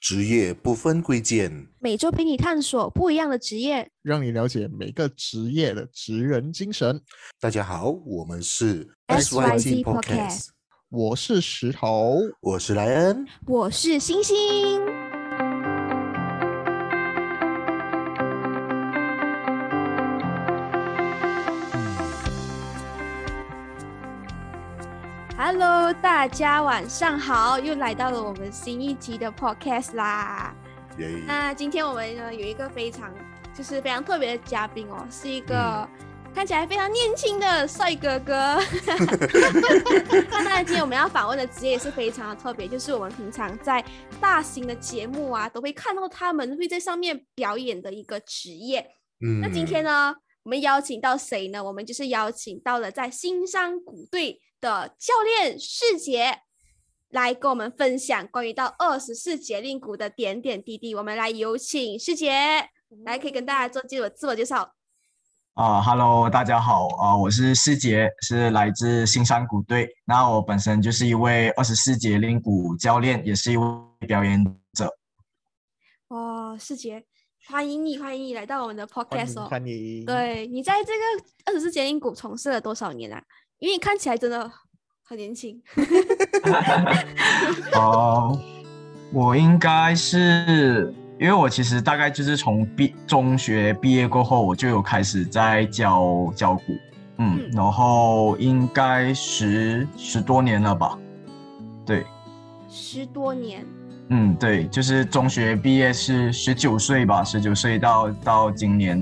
职业不分贵贱， 每周陪你探索不一样的职业， 让你了解每个职业的职人精神。 大家好，我们是 SYZ Podcast， 我是石头， 我是莱恩， 我是星星。Hello， 大家晚上好，又来到了我们新一集的 Podcast 啦。那今天我们呢有一个非常特别的嘉宾哦，是一个看起来非常年轻的帅哥哥。那今天我们要访问的职业也是非常的特别，就是我们平常在大型的节目啊都会看到他们会在上面表演的一个职业。那今天呢我们邀请到谁呢？我们就是邀请到了在新山鼓队的教练世杰来跟我们分享关于到24节令鼓的点点滴滴。我们来有请世杰来，可以跟大家做自我介绍。 Hello， 大家好，我是世杰，是来自新山鼓队。那我本身就是一位24节令鼓教练，也是一位表演者。 世杰，欢迎你来到我们的 podcast 哦。 欢迎。 对，你在这个24节令鼓从事了多少年啊？因为你看起来真的很年轻。 我应该是，因为我其实大概就是从中学毕业过后，我就有开始在教鼓，然后应该十多年了吧，对 ，10多年。 对，就是中学毕业是19岁吧，19岁到今年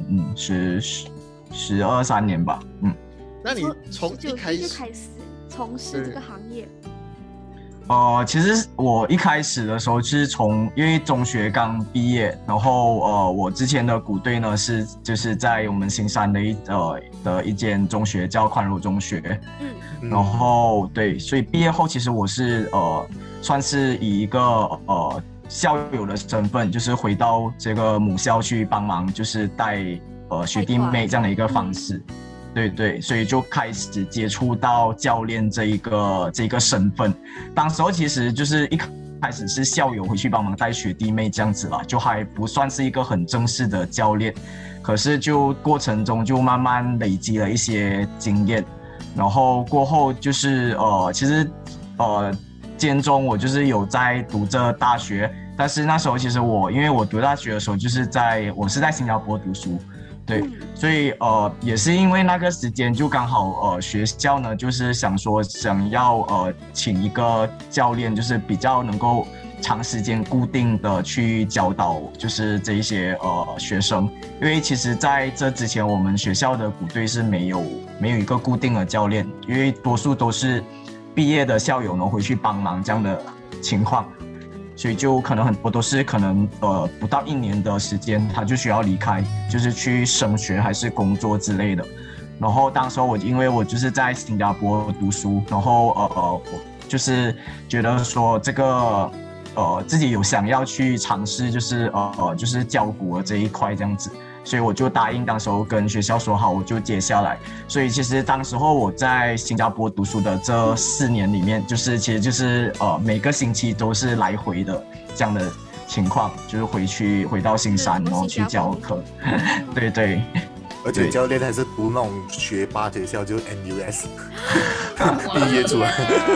12、13年吧， 那你从一开始就开始从事这个行业？ 其实我一开始的时候是因为中学刚毕业，然后我之前的鼓队呢就是在我们新山的一间中学叫宽柔中学，然后对，所以毕业后其实我是算是以一个校友的身份，就是回到这个母校去帮忙，就是带学弟妹这样的一个方式。对，所以就开始接触到教练这一个身份。当时候其实就是一开始是校友回去帮忙带学弟妹这样子啦，就还不算是一个很正式的教练。可是就过程中就慢慢累积了一些经验，然后过后就是其实间中我就是有在读这大学，但是那时候其实因为我读大学的时候我是在新加坡读书。对，所以也是因为那个时间就刚好学校呢就是想要请一个教练，就是比较能够长时间固定的去教导就是这一些学生，因为其实在这之前我们学校的鼓队是没有一个固定的教练，因为多数都是毕业的校友呢回去帮忙这样的情况。所以就可能很多都是不到1年的时间，他就需要离开，就是去升学还是工作之类的。然后当时因为我就是在新加坡读书，然后我就是觉得说这个自己有想要去尝试，就是教鼓的这一块这样子。所以我就答应，当时候跟学校说好，我就接下来。所以其实当时候我在新加坡读书的这4年里面，其实就是每个星期都是来回的这样的情况，就是回到新山，然后去教课。对。 而且教练还是读那种学霸学校，就 NUS 毕业出来。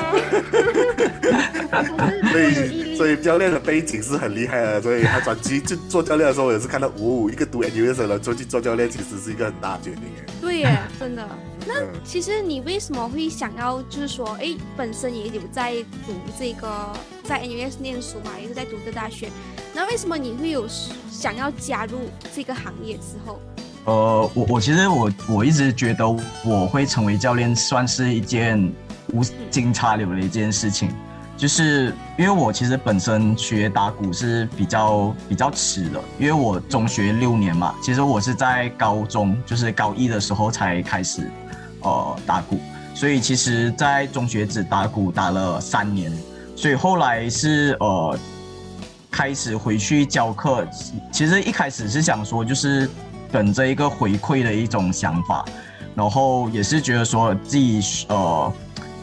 所以教练的背景是很厉害的，所以他转机就做教练的时候，我也是看到一个读 NUS 的人出去做教练，其实是一个很大的决定。 对耶，真的。那其实你为什么会想要就是说本身也有在读这个在 NUS 念书嘛，也是在读这大学，那为什么你会有想要加入这个行业之后？ 其实我一直觉得我会成为教练算是一件无心插柳的一件事情，就是因为我其实本身学打鼓是比较迟的，因为我中学6年嘛，其实我是在高中就是高1的时候才开始打鼓，所以其实在中学只打鼓打了3年，所以后来是开始回去教课，其实一开始是想说就是等着一个回馈的一种想法，然后也是觉得说自己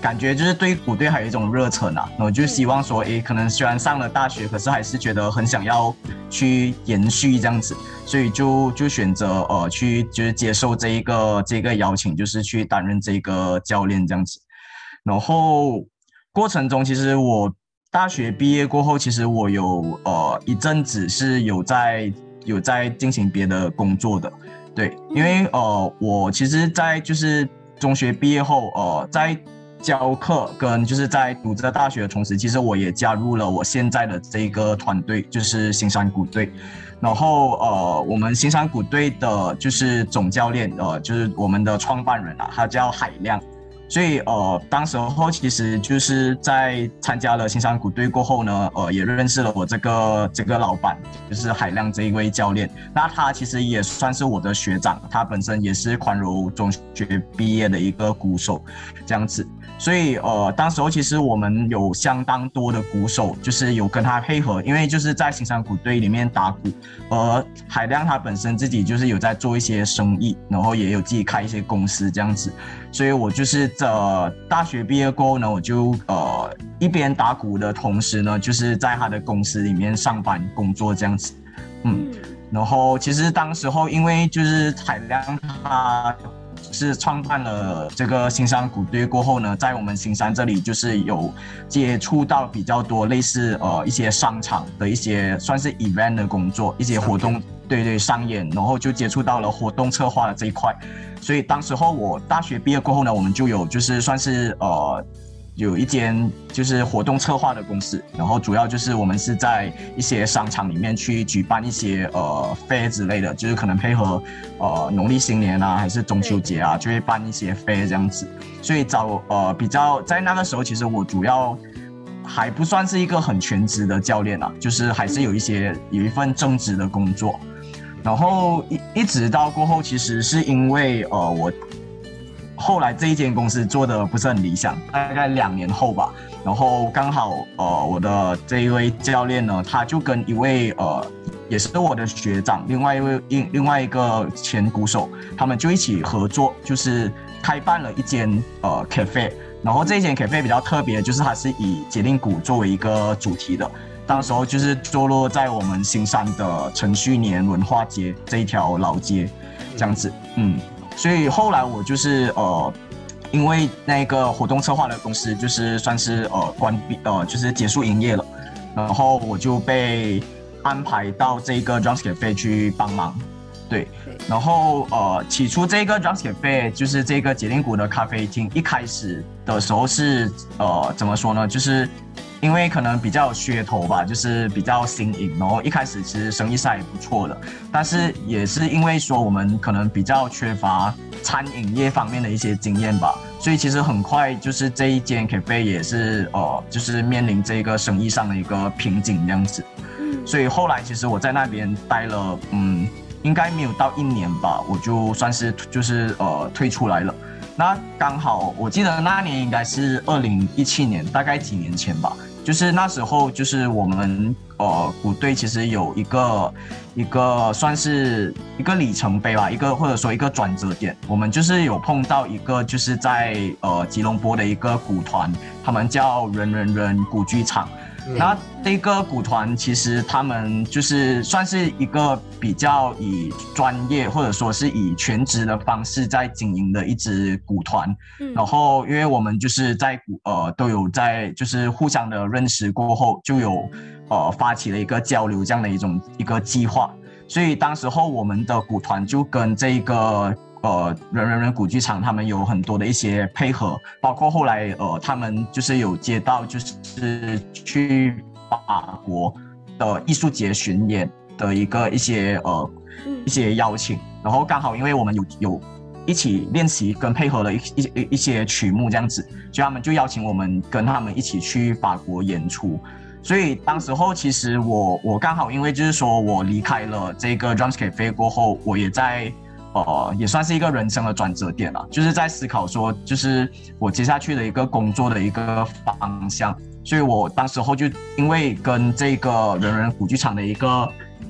感觉就是对鼓队还有一种热忱啊，然后就希望说，可能虽然上了大学，可是还是觉得很想要去延续这样子，所以就选择去就是接受这个邀请，就是去担任这个教练这样子。然后过程中，其实我大学毕业过后，其实我有一阵子是有在进行别的工作的，对，因为我其实在就是中学毕业后，在教课跟就是在读这大学的同时，其实我也加入了我现在的这个团队，就是新山鼓队。然后我们新山鼓队的就是总教练，就是我们的创办人啊，他叫海亮。所以当时候其实就是在参加了新山鼓队过后呢，也认识了我这个老板，就是海亮这一位教练。那他其实也算是我的学长，他本身也是宽柔中学毕业的一个鼓手，这样子。所以当时候其实我们有相当多的鼓手，就是有跟他配合，因为就是在新山鼓队里面打鼓，海亮他本身自己就是有在做一些生意，然后也有自己开一些公司这样子。所以我就是大学毕业过后呢，我就一边打鼓的同时呢，就是在他的公司里面上班工作这样子，然后其实当时候因为就是海亮他是创办了这个新山鼓队过后呢，在我们新山这里就是有接触到比较多类似一些商场的一些算是 event 的工作，一些活动，对商演，然后就接触到了活动策划的这一块。所以当时候我大学毕业过后呢，我们就有就是算是有一间就是活动策划的公司，然后主要就是我们是在一些商场里面去举办一些fair之类的，就是可能配合农历新年啊还是中秋节啊，就会办一些fair这样子。所以比较在那个时候，其实我主要还不算是一个很全职的教练啊，就是还是有一份正职的工作。然后一直到过后，其实是因为我后来这一间公司做的不是很理想，大概2年后吧，然后刚好我的这一位教练呢，他就跟一位也是我的学长，另外一个前鼓手，他们就一起合作，就是开办了一间cafe， 然后这一间 cafe 比较特别，就是它是以节令鼓作为一个主题的。当时候就是坐落在我们新山的陈旭年文化街这一条老街，这样子，所以后来我就是因为那个活动策划的公司就是算是关闭就是结束营业了，然后我就被安排到这个 Drums Cafe 去帮忙，对，然后起初这个 Drums Cafe 就是这个节令鼓的咖啡厅，一开始的时候是怎么说呢，就是因为可能比较有噱头吧，就是比较新颖，然后一开始其实生意是还不错的，但是也是因为说我们可能比较缺乏餐饮业方面的一些经验吧，所以其实很快就是这一间 cafe 也是就是面临这个生意上的一个瓶颈这样子，所以后来其实我在那边待了应该没有到1年吧，我就算是就是退出来了。那刚好我记得那年应该是2017年，大概几年前吧，就是那时候就是我们鼓队其实有一个算是一个里程碑吧，或者说一个转折点，我们就是有碰到一个就是在吉隆坡的一个鼓团，他们叫人鼓剧场。那这个鼓团其实他们就是算是一个比较以专业或者说是以全职的方式在经营的一支鼓团，然后因为我们就是在都有在就是互相的认识过后，就有发起了一个交流这样的一个计划，所以当时候我们的鼓团就跟这个人鼓剧场他们有很多的一些配合，包括后来他们就是有接到就是去法国的艺术节巡演的一些邀请，然后刚好因为我们有一起练习跟配合了一些曲目这样子，所以他们就邀请我们跟他们一起去法国演出。所以当时候其实我刚好因为就是说我离开了这个 Drums Cafe 过后，我也在也算是一个人生的转折点了，就是在思考说就是我接下去的一个工作的一个方向，所以我当时候就因为跟这个人鼓剧场的一个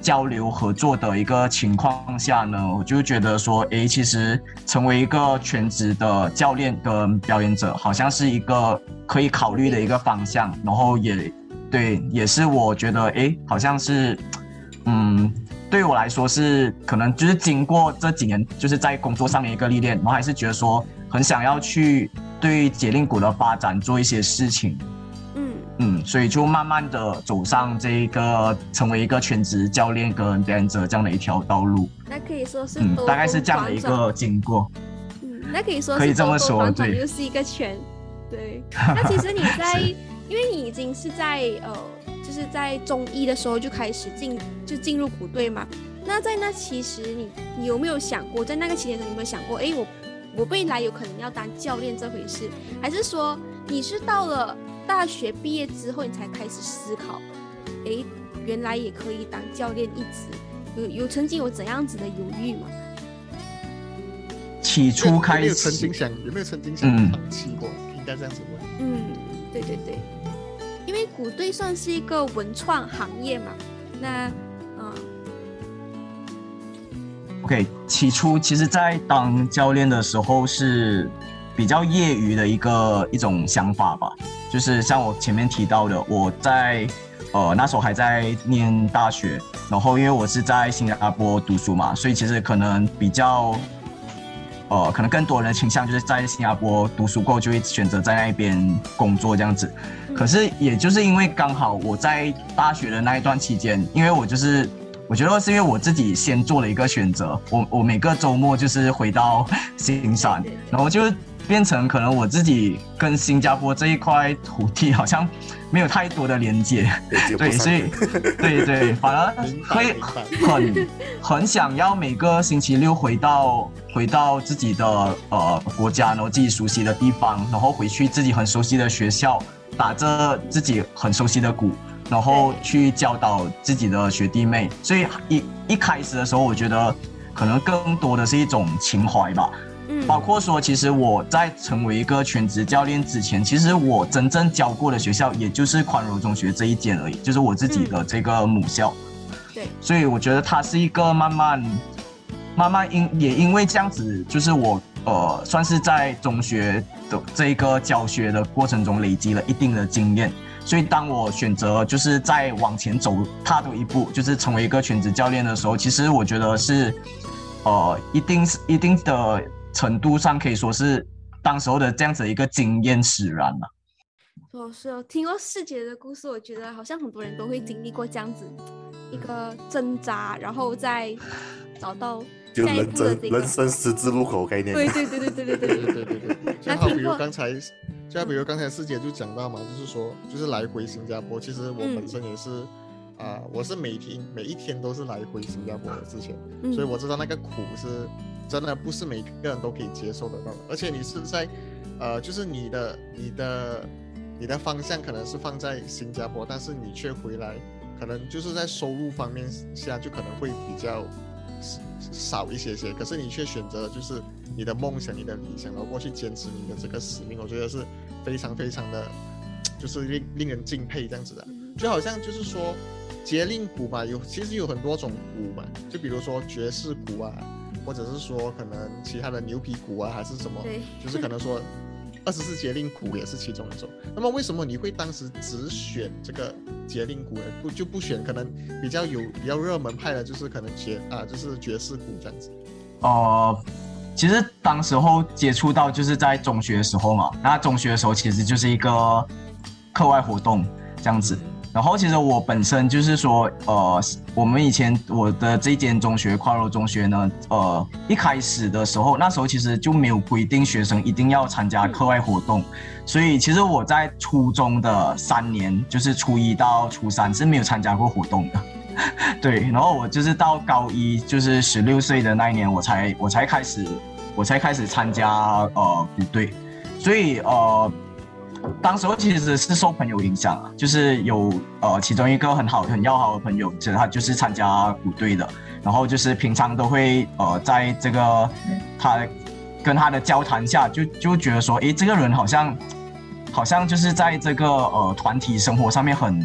交流合作的一个情况下呢，我就觉得说，其实成为一个全职的教练跟表演者，好像是一个可以考虑的一个方向，然后也是我觉得，好像是，对我来说是可能就是经过这几年就是在工作上面一个历练，然后还是觉得说很想要去对节令鼓的发展做一些事情。所以就慢慢的走上这个成为一个全职教练跟表演者这样的一条道路。 那可以说是大概是这样的一个经过。 那可以说是可以这么说，对， 又是一个圈。对，那其实你在因为你已经是在就是在中一的时候就开始进入鼓队嘛。那在那其实你有没有想过，在那个期间你有没有想过，我未来有可能要当教练这回事，还是说你是到了大学毕业之后你才开始思考，原来也可以当教练一职，有曾经有怎样子的犹豫吗？ 起初开始有没有曾经想放弃过？应该这样子问。 对对对，因为鼓队算是一个文创行业嘛，那 OK， 起初其实在当教练的时候是比较业余的一种想法吧，就是像我前面提到的，我在那时候还在念大学，然后因为我是在新加坡读书嘛，所以其实可能比较可能更多人的倾向就是在新加坡读书过后就会选择在那边工作这样子。可是也就是因为刚好我在大学的那一段期间，因为我觉得是因为我自己先做了一个选择，我每个周末就是回到新山，然后就变成可能我自己跟新加坡这一块土地好像没有太多的连接，对，所以对，反而会很想要每个星期六回到自己的国家，然后自己熟悉的地方，然后回去自己很熟悉的学校，打着自己很熟悉的鼓，然后去教导自己的学弟妹。所以一开始的时候，我觉得可能更多的是一种情怀吧。包括说，其实我在成为一个全职教练之前，其实我真正教过的学校也就是宽柔中学这一间而已，就是我自己的这个母校。 对， 所以我觉得它是一个慢慢也因为这样子，就是我算是在中学的这一个教学的过程中累积了一定的经验。所以当我选择就是再往前踏多一步，就是成为一个全职教练的时候，其实我觉得是一定的程度上可以说是当时候的这样子的一个经验使然了。 是听过师姐的故事，我觉得好像很多人都会经历过这样子一个挣扎，然后再找到就人生十字路口概念。 对。 就好比如刚才师姐就讲到嘛，就是说就是来回新加坡，其实我本身也是我是每一天都是来回新加坡的之前，所以我知道那个苦是真的不是每个人都可以接受得到的，而且你是在就是你的方向可能是放在新加坡，但是你却回来，可能就是在收入方面下就可能会比较少一些，可是你却选择就是你的梦想、你的理想，然后过去坚持你的这个使命，我觉得是非常非常的，就是令人敬佩这样子的。就好像就是说节令鼓嘛，其实有很多种鼓嘛，就比如说爵士鼓啊，或者是说可能其他的牛皮鼓啊，还是什么，就是可能说24节令鼓也是其中一种。那么为什么你会当时只选这个节令鼓呢？不选可能比较热门派的，就是可能就是爵士鼓这样子。 其实当时候接触到就是在中学的时候嘛，那中学的时候其实就是一个课外活动这样子。然后其实我本身就是说，我们以前我的这间中学宽柔中学呢，一开始的时候，那时候其实就没有规定学生一定要参加课外活动，所以其实我在初中的3年，就是初1到初3是没有参加过活动的，对。然后我就是到高1，就是16岁的那一年，我才开始参加鼓队，所以当时候其实是受朋友影响啊，就是有其中一个很要好的朋友，其实他就是参加鼓队的，然后就是平常都会在这个他跟他的交谈下就觉得说，这个人好像就是在这个团体生活上面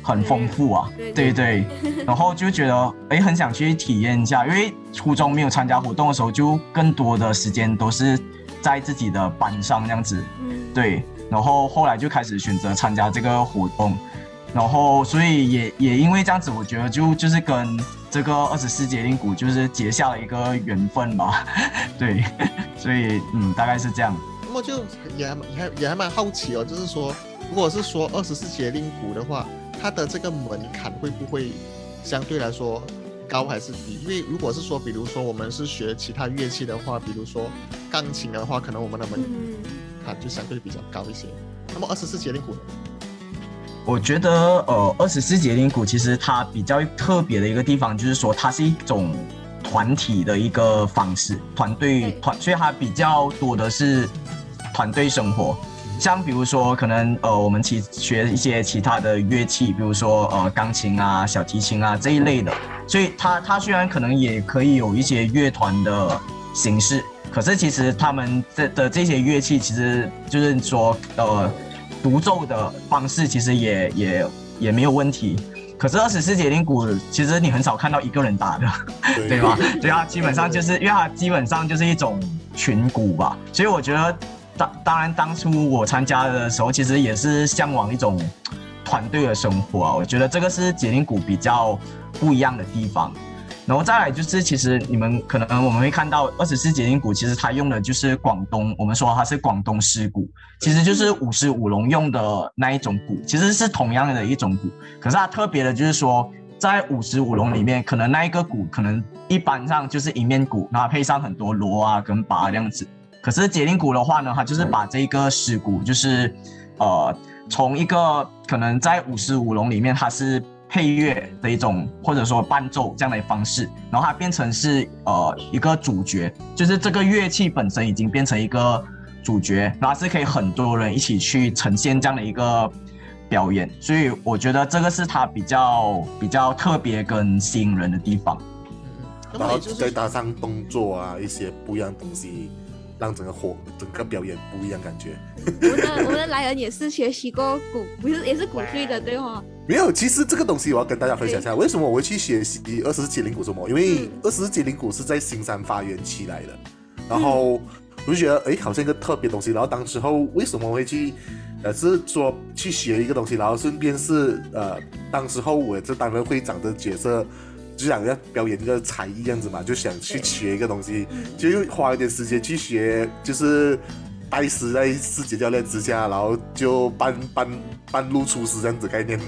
很丰富啊，对，然后就觉得很想去体验一下，因为初中没有参加活动的时候，就更多的时间都是在自己的班上这样子，对，然后后来就开始选择参加这个活动，然后所以也因为这样子，我觉得就是跟这个24节令鼓就是结下了一个缘分吧，对，所以大概是这样。 那么就也还蛮好奇哦，就是说，如果是说24节令鼓的话，它的这个门槛会不会相对来说高还是低？因为如果是说，比如说我们是学其他乐器的话，比如说钢琴的话，可能我们的门槛就相对比较高一些。那么24节令鼓呢？ 我觉得24节令鼓其实它比较特别的一个地方，就是说它是一种团体的一个方式，所以它比较多的是团队生活。像比如说可能我们学一些其他的乐器，比如说钢琴啊、小提琴啊这一类的，所以它虽然可能也可以有一些乐团的形式，可是其实他们的这些乐器其实就是说独奏的方式其实也没有问题。可是24节令鼓其实你很少看到一个人打的，对吧？对啊，基本上就是因为它基本上就是一种群鼓吧，所以我觉得当然当初我参加的时候，其实也是向往一种团队的生活啊。我觉得这个是节令鼓比较不一样的地方。然后再来就是，其实我们会看到24节令鼓，其实它用的就是广东，我们说它是广东狮鼓，其实就是55龙用的那一种鼓，其实是同样的一种鼓。可是它特别的就是说，在55龙里面，可能那一个鼓可能一般上就是一面鼓，然后配上很多锣啊跟拔这样子。可是节令鼓的话呢，它就是把这个狮鼓，就是从一个可能在55龙里面它是配乐的一种或者说伴奏这样的方式，然后它变成是一个主角，就是这个乐器本身已经变成一个主角，然后是可以很多人一起去呈现这样的一个表演，所以我觉得这个是它比较特别跟吸引人的地方。 然后再搭上动作啊，一些不一样的东西，让整个表演不一样感觉。 我们的莱恩也是学习过鼓，不是也是鼓队的对吗？ 没有，其实这个东西我要跟大家分享一下，为什么我会去学习24节令鼓什么？因为24节令鼓是在新山发源起来的，然后我就觉得好像一个特别东西。然后当时候为什么我会去是说去学一个东西，然后顺便是当时候我就担任会长的角色。就想要表演一个才艺这样子嘛，就想去学一个东西，就花一点时间去学，就是拜师在世杰教练之下，然后就半路出师这样子概念。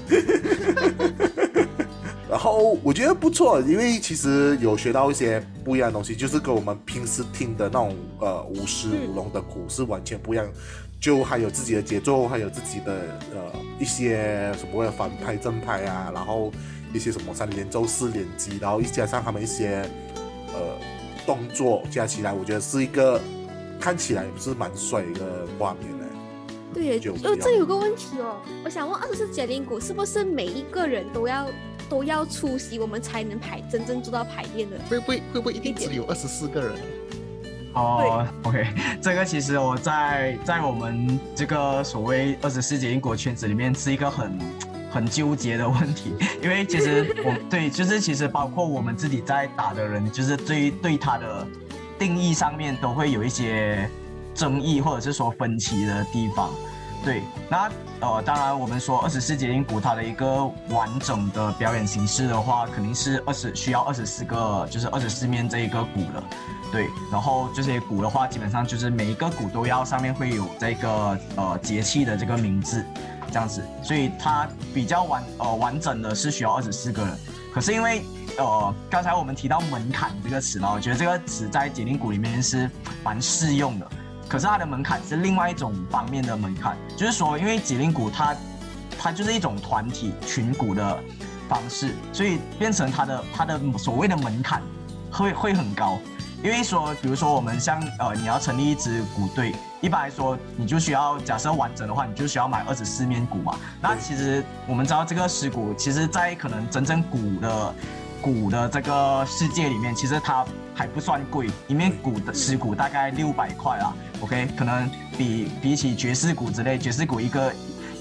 然后我觉得不错，因为其实有学到一些不一样的东西，就是跟我们平时听的那种55龙的鼓是完全不一样，就还有自己的节奏，还有自己的一些什么反拍正拍啊，然后一些什么3连奏4连击，然后加上他们一些动作加起来，我觉得是一个看起来是蛮帅的一个画面的。 对，这里有个问题哦，我想问24节令鼓是不是每一个人都要出席，我们才能真正做到排练的？ 会不会一定只有24个人？ OK， 这个其实我在我们这个所谓24节令鼓圈子里面是一个很纠结的问题，因为其实就是其实包括我们自己在打的人，就是对它的定义上面都会有一些争议或者是说分歧的地方。对，那当然我们说24节令鼓它的一个完整的表演形式的话，肯定是需要24个，就是24面这一个鼓的。对，然后这些鼓的话，基本上就是每一个鼓都要上面会有这个节气的这个名字，这样子，所以它比较完整的是需要24个人。可是因为刚才我们提到门槛这个词嘛，我觉得这个词在节令鼓里面是蛮适用的。可是它的门槛是另外一种方面的门槛，就是说，因为节令鼓它就是一种团体群鼓的方式，所以变成它的所谓的门槛会很高。因为说，比如说我们像你要成立一支鼓队，一般来说你就需要假设完整的话，你就需要买24面鼓嘛。那其实我们知道这个狮鼓，其实在可能真正鼓的这个世界里面，其实它还不算贵，一面狮鼓大概600块啦。OK， 可能比起爵士鼓之类，爵士鼓一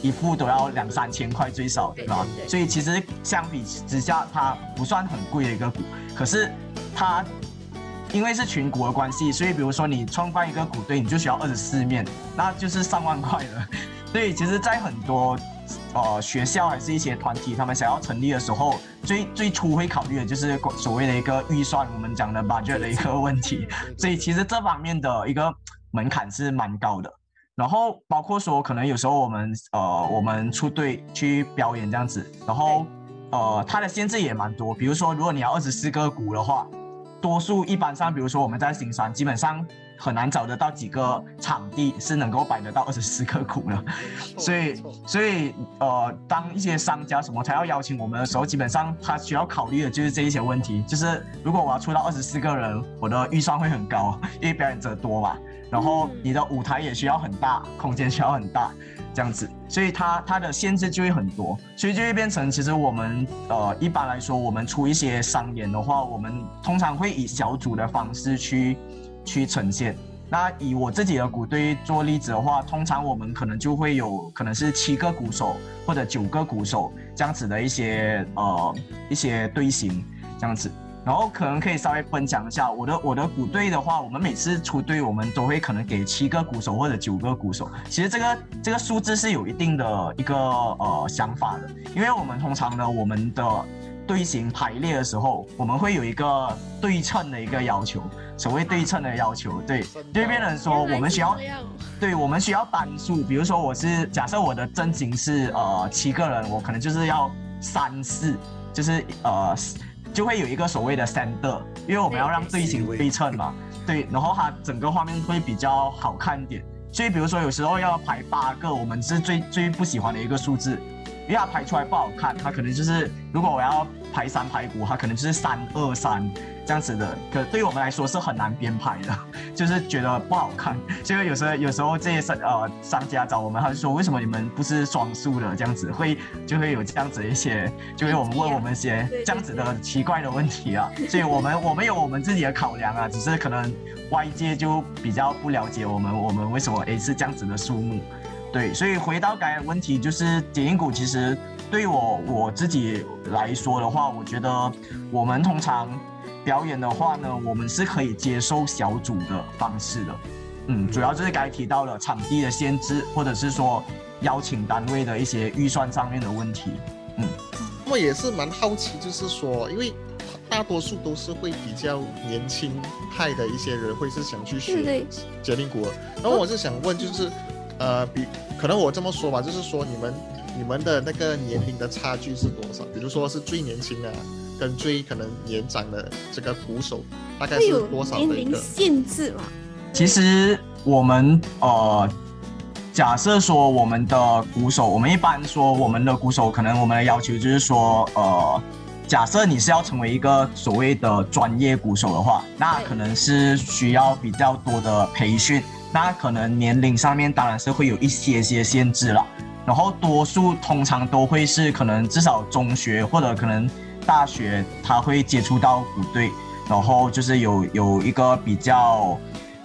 一副都要2-3千块最少，对吧？所以其实相比之下，它不算很贵的一个股，可是它因为是群股的关系，所以比如说你创办一个股队，你就需要24面，那就是上万块了。所以其实，在很多学校还是一些团体，他们想要成立的时候，最初会考虑的就是所谓的一个预算，我们讲的 budget 的一个问题。所以其实这方面的一个门槛是蛮高的。然后包括说，可能有时候我们出队去表演这样子，然后它的限制也蛮多。比如说，如果你要24个鼓的话，多数一般上，比如说我们在新山，基本上很难找得到几个场地是能够摆得到24个鼓的。所以当一些商家什么他要邀请我们的时候，基本上他需要考虑的就是这一些问题，就是如果我要出到24个人，我的预算会很高，因为表演者多嘛。然后你的舞台也需要很大，空间需要很大，这样子，所以它的限制就会很多，所以就会变成其实我们一般来说，我们出一些商演的话，我们通常会以小组的方式去呈现。那以我自己的鼓队做例子的话，通常我们可能就会有可能是7个鼓手或者9个鼓手这样子的一些队形这样子。然后可能可以稍微分享一下我的鼓队的话，我们每次出队我们都会可能给7个鼓手或者9个鼓手。其实这个数字是有一定的一个想法的，因为我们通常呢，我们的队形排列的时候，我们会有一个对称的一个要求。所谓对称的要求，对，就会变成说我们需要单数，比如说假设我的阵型是7个人，我可能就是要3-4，就是就会有一个所谓的 center， 因为我们要让队形对称嘛，对，然后它整个画面会比较好看一点。所以比如说有时候要排8个，我们是最不喜欢的一个数字，因为它排出来不好看，它可能就是如果我要排3排鼓，它可能就是3-2-3这样子的，可对于我们来说是很难编排的，就是觉得不好看。所以有时候这些商家找我们，他就说为什么你们不是双数的这样子，就会有这样子的一些，就会问我们一些这样子的奇怪的问题啊。所以我们有我们自己的考量啊，只是可能外界就比较不了解我们为什么是这样子的数目。对，所以回到刚才的问题，就是结音鼓其实对于我自己来说的话，我觉得我们通常表演的话呢，我们是可以接受小组的方式的。主要就是刚才提到了场地的限制，或者是说邀请单位的一些预算上面的问题。 我也是蛮好奇，就是说，因为大多数都是会比较年轻派的一些人会是想去学结音鼓，然后我是想问，就是可能我这么说吧，就是说你们的那个年龄的差距是多少？比如说是最年轻的跟最可能年长的这个鼓手，大概是多少的一个？ 年龄限制嘛？ 其实我们假设说我们的鼓手，我们一般说我们的鼓手，可能我们的要求就是说假设你是要成为一个所谓的专业鼓手的话，那可能是需要比较多的培训。那可能年龄上面当然是会有一些限制了，然后多数通常都会是可能至少中学或者可能大学他会接触到鼓队，然后就是有一个比较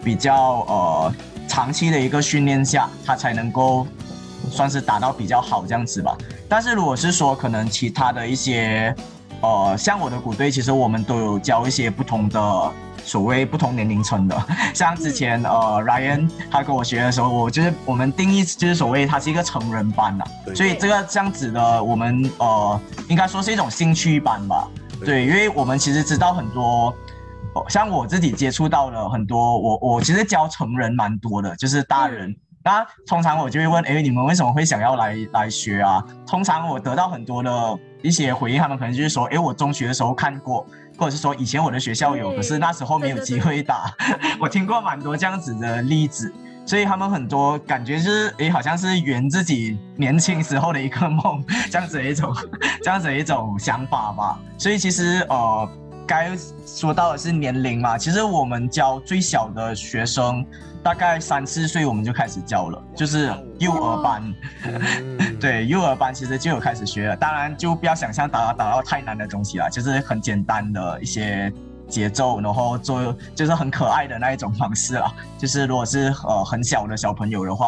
长期的一个训练下，他才能够算是达到比较好这样子吧。但是如果是说可能其他的一些像我的鼓队，其实我们都有教一些不同的所谓不同年龄层的，像之前Ryan 他跟我学的时候，我们定义就是所谓它是一个成人班啦，所以这样子的我们应该说是一种兴趣班吧。对，因为我们其实知道很多，像我自己接触到了很多，我其实教成人蛮多的，就是大人。那通常我就会问，你们为什么会想要来学啊？通常我得到很多的一些回应，他们可能就是说，我中学的时候看过，或者是说以前我的学校有，可是那时候没有机会打。我听过蛮多这样子的例子，所以他们很多感觉是，好像是圆自己年轻时候的一个梦，这样子的一种想法吧。所以其实该说到的是年龄嘛，其实我们教最小的学生大概3-4岁我们就开始教了，就是幼儿班。对，幼儿班其实就有开始学了，当然就不要想象打到太难的东西啦，就是很简单的一些节奏，然后就是很可爱的那一种方式啦。就是如果是很小的小朋友的话，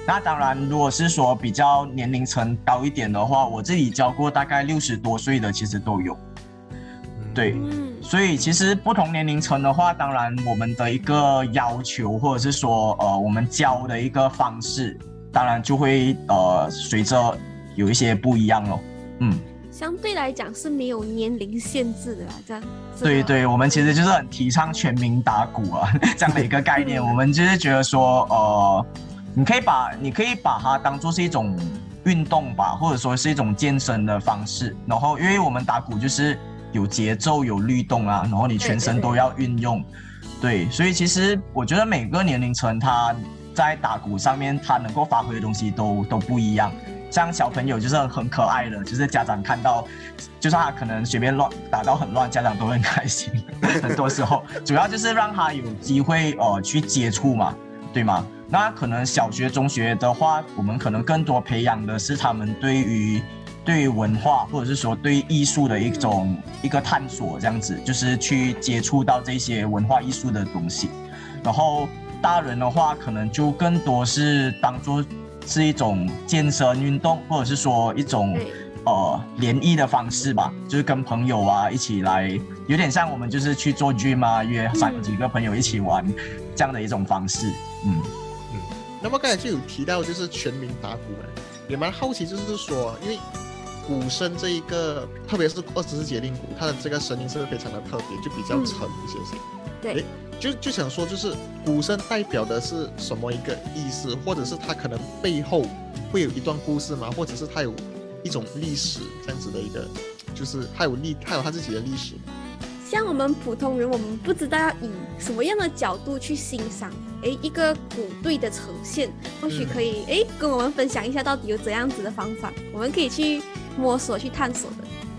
那当然，如果是说比较年龄层高一点的话，我自己教过大概60多岁的，其实都有。对，所以其实不同年龄层的话，当然我们的一个要求，或者是说我们教的一个方式，当然就会随着有一些不一样咯。 相对来讲是没有年龄限制的啦，这样。 对，我们其实就是很提倡全民打鼓啊这样的一个概念。我们就是觉得说，你可以把它当作是一种运动吧，或者说是一种健身的方式。然后，因为我们打鼓就是有节奏、有律动啊，然后你全身都要运用。对，所以其实我觉得每个年龄层他在打鼓上面他能够发挥的东西都不一样。像小朋友就是很可爱的，就是家长看到，就是他可能随便打到很乱，家长都很开心。很多时候，主要就是让他有机会去接触嘛，对吗？那可能小学、中学的话，我们可能更多培养的是他们对于文化或者是说对于艺术的一个探索，这样子就是去接触到这些文化艺术的东西。然后大人的话，可能就更多是当作是一种健身运动，或者是说一种联谊的方式吧，就是跟朋友啊一起来，有点像我们就是去做 gym 啊，约3几个朋友一起玩这样的一种方式。 那么刚才就有提到就是全民打鼓嘛，也蛮好奇，就是说因为鼓声这一个，特别是24节令鼓，它的这个声音是非常的特别，就比较沉一些。 对， 就想说，就是鼓声代表的是什么一个意思，或者是它可能背后会有一段故事吗？或者是它有一种历史这样子的一个，就是它有它自己的历史。 像我们普通人，我们不知道要以什么样的角度去欣赏一个鼓队的呈现，或许可以跟我们分享一下到底有怎样子的方法，我们可以去摸索去探索的。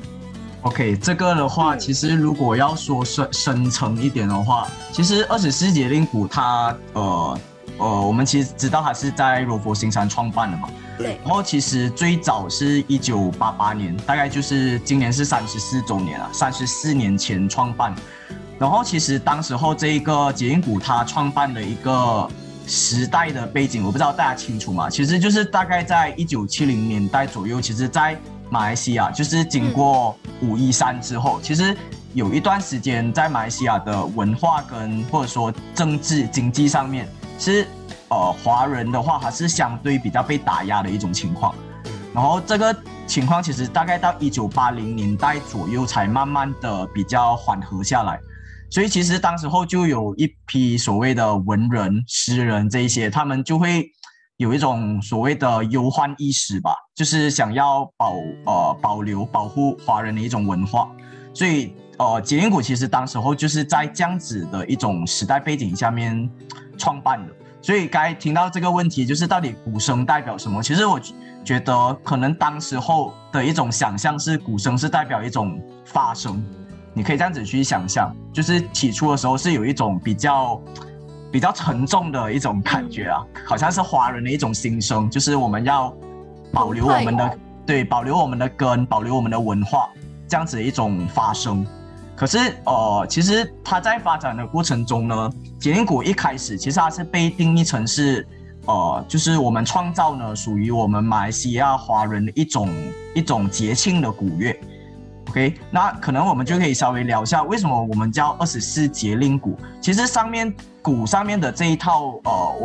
OK， 这个的话，其实如果要说深层一点的话，其实24节令鼓它我们其实知道它是在柔佛新山创办的嘛。 对。 然后其实最早是1988年，大概就是今年是34周年了，34年前创办。然后其实当时候这一个节令鼓它创办的一个时代的背景，我不知道大家清楚吗？其实就是大概在1970年代左右，其实在马来西亚就是经过513之后，其实有一段时间在马来西亚的文化跟或者说政治经济上面是华人的话还是相对比较被打压的一种情况。然后这个情况其实大概到1980年代左右才慢慢的比较缓和下来。所以其实当时候就有一批所谓的文人、诗人这一些，他们就会有一种所谓的忧患意识吧，就是想要保留、保护华人的一种文化。所以节令鼓其实当时候就是在这样子的一种时代背景下面创办的。所以刚才听到这个问题，就是到底鼓声代表什么？其实我觉得可能当时候的一种想象是鼓声是代表一种发声。你可以这样子去想象，就是起初的时候是有一种比较沉重的一种感觉啊，好像是华人的一种心声，就是我们要保留我们的保留我们的根，保留我们的文化，这样子的一种发声。可是其实它在发展的过程中呢，节令鼓一开始其实它是被定义成是就是我们创造呢属于我们马来西亚华人的一种节庆的鼓乐。OK， 那可能我们就可以稍微聊一下为什么我们叫24节令鼓。其实鼓上面的这一套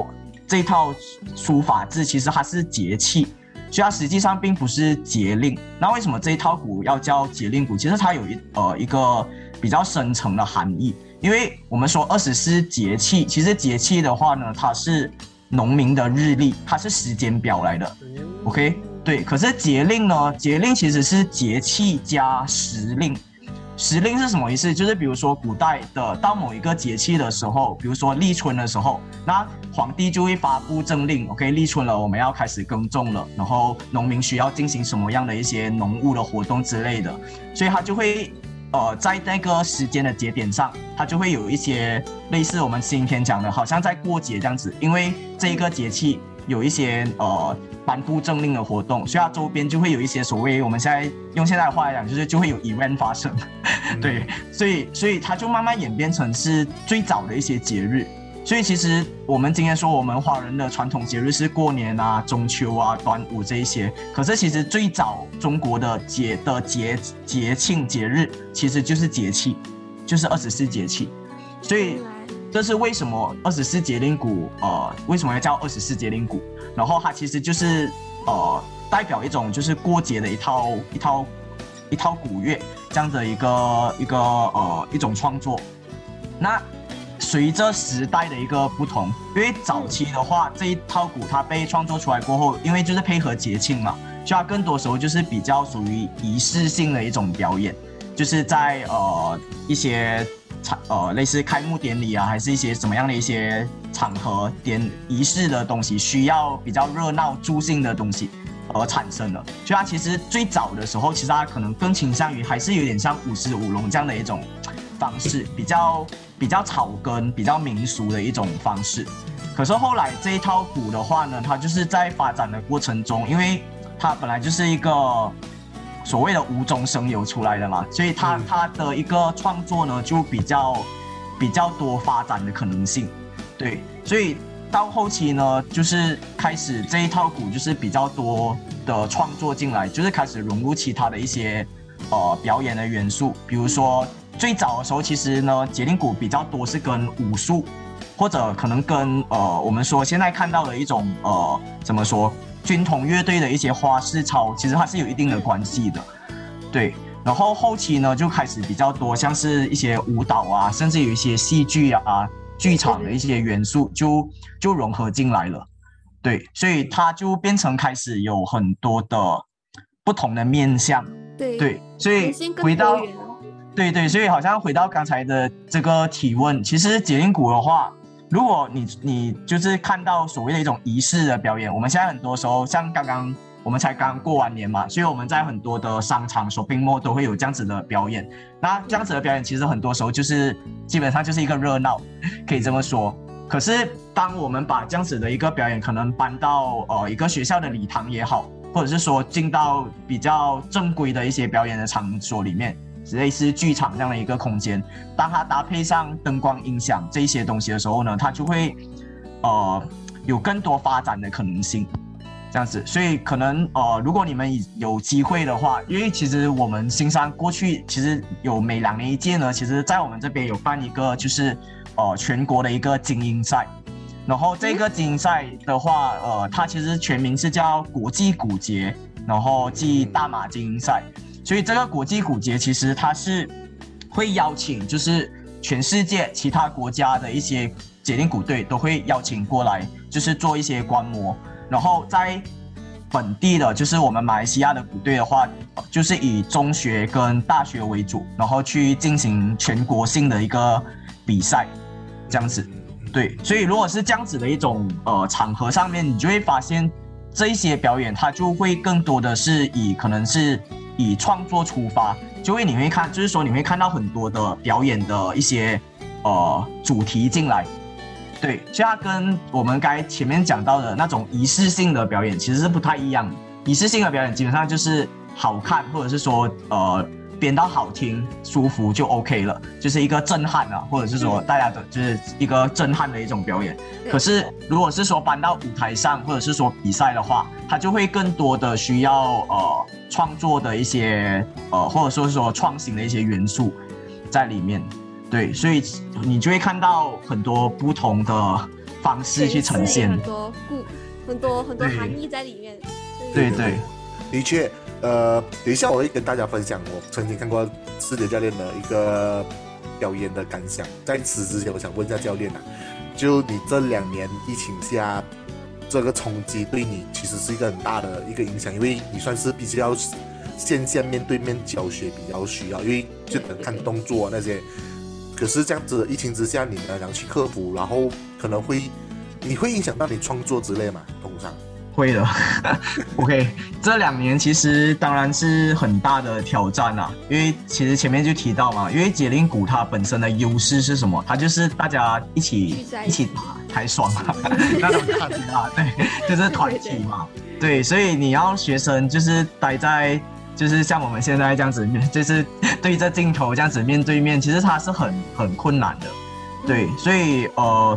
书法字，其实它是节气，所以它实际上并不是节令。那为什么这一套鼓要叫节令鼓？其实它有一个比较深层的含义。因为我们说24节气，其实节气的话呢，它是农民的日历，它是时间表来的。OK。对，可是节令呢？节令其实是节气加时令。时令是什么意思？就是比如说古代的到某一个节气的时候，比如说立春的时候，那皇帝就会发布政令 ，OK， 立春了，我们要开始耕种了，然后农民需要进行什么样的一些农务的活动之类的，所以他就会在那个时间的节点上，它就会有一些类似我们今天讲的，好像在过节这样子，因为这一个节气有一些颁布政令的活动，所以它周边就会有一些所谓我们现在用现在的话来讲，就是就会有 event 发生。对，所以它就慢慢演变成是最早的一些节日。 所以其实我们今天说我们华人的传统节日是过年啊、中秋啊、端午这一些，可是其实最早中国的节庆节日其实就是节气，就是24节气。所以这是为什么24节令鼓为什么要叫24节令鼓？然后它其实就是代表一种就是过节的一套鼓乐这样的一种创作。那随着时代的一个不同，因为早期的话这一套鼓它被创作出来过后，因为就是配合节庆嘛，所以它更多时候就是比较属于仪式性的一种表演，就是在一些类似开幕典礼啊，还是一些什么样的一些场合仪式的东西，需要比较热闹助兴的东西而产生的。所以它其实最早的时候，其实它可能更倾向于还是有点像舞狮舞龙这样的一种方式，比较草根、比较民俗的一种方式。可是后来这一套鼓的话呢，它就是在发展的过程中，因为它本来就是一个所谓的无中生有出来的嘛，所以它的一个创作呢就比较多发展的可能性。对，所以到后期呢，就是开始这一套鼓就是比较多的创作进来，就是开始融入其他的一些表演的元素。比如说最早的时候，其实呢节令鼓比较多是跟武术，或者可能跟我们说现在看到的一种怎么说军统乐队的一些花式操，其实它是有一定的关系的。对，然后后期呢就开始比较多像是一些舞蹈啊，甚至有一些戏剧啊、剧场的一些元素就融合进来了。对，所以它就变成开始有很多的不同的面向。对，所以回到对，所以好像回到刚才的这个提问，其实节令鼓的话，如果你就是看到所谓的一种仪式的表演，我们现在很多时候像我们才刚过完年嘛，所以我们在很多的商场 shopping mall 都会有这样子的表演。那这样子的表演其实很多时候就是基本上就是一个热闹，可以这么说。可是当我们把这样子的一个表演可能搬到一个学校的礼堂也好，或者是说进到比较正规的一些表演的场所里面，类似剧场这样的一个空间，当它搭配上灯光音响这一些东西的时候呢，它就会有更多发展的可能性这样子。所以可能如果你们有机会的话，因为其实我们新山过去其实有每2年一届呢，其实在我们这边有办一个就是全国的一个精英赛。然后这个精英赛的话它其实全名是叫国际鼓节，然后暨大马精英赛。所以这个国际鼓节其实它是会邀请就是全世界其他国家的一些节令鼓队都会邀请过来，就是做一些观摩。然后在本地的就是我们马来西亚的鼓队的话，就是以中学跟大学为主，然后去进行全国性的一个比赛这样子。对，所以如果是这样子的一种场合上面，你就会发现这一些表演它就会更多的是可能是以创作出发，你会看，就是说你会看到很多的表演的一些主题进来。对，所以它跟我们刚才前面讲到的那种仪式性的表演其实是不太一样的。仪式性的表演基本上就是好看，或者是说编到好听舒服就 OK 了，就是一个震撼啊，或者是说大家的就是一个震撼的一种表演。可是如果是说搬到舞台上或者是说比赛的话，它就会更多的需要创作的一些或者说创新的一些元素在里面。对，所以你就会看到很多不同的方式去呈现， 很多含义在里面。 对， 的确。等一下我会跟大家分享我曾经看过世杰教练的一个表演的感想。在此之前我想问一下教练就你这2年疫情下这个冲击对你其实是一个很大的一个影响，因为你算是比较线下面对面教学比较需要，因为就能看动作那些。可是这样子的疫情之下你怎样去克服，然后可能你会影响到你创作之类吗？通常会的OK， 这2年其实当然是很大的挑战啊，因为其实前面就提到嘛，因为节令鼓它本身的优势是什么？它就是大家一起打才爽啊那种感觉啊，对，就是团体嘛。对，所以你要学生就是待在就是像我们现在这样子，就是对着镜头这样子面对面，其实它是很困难的。对，所以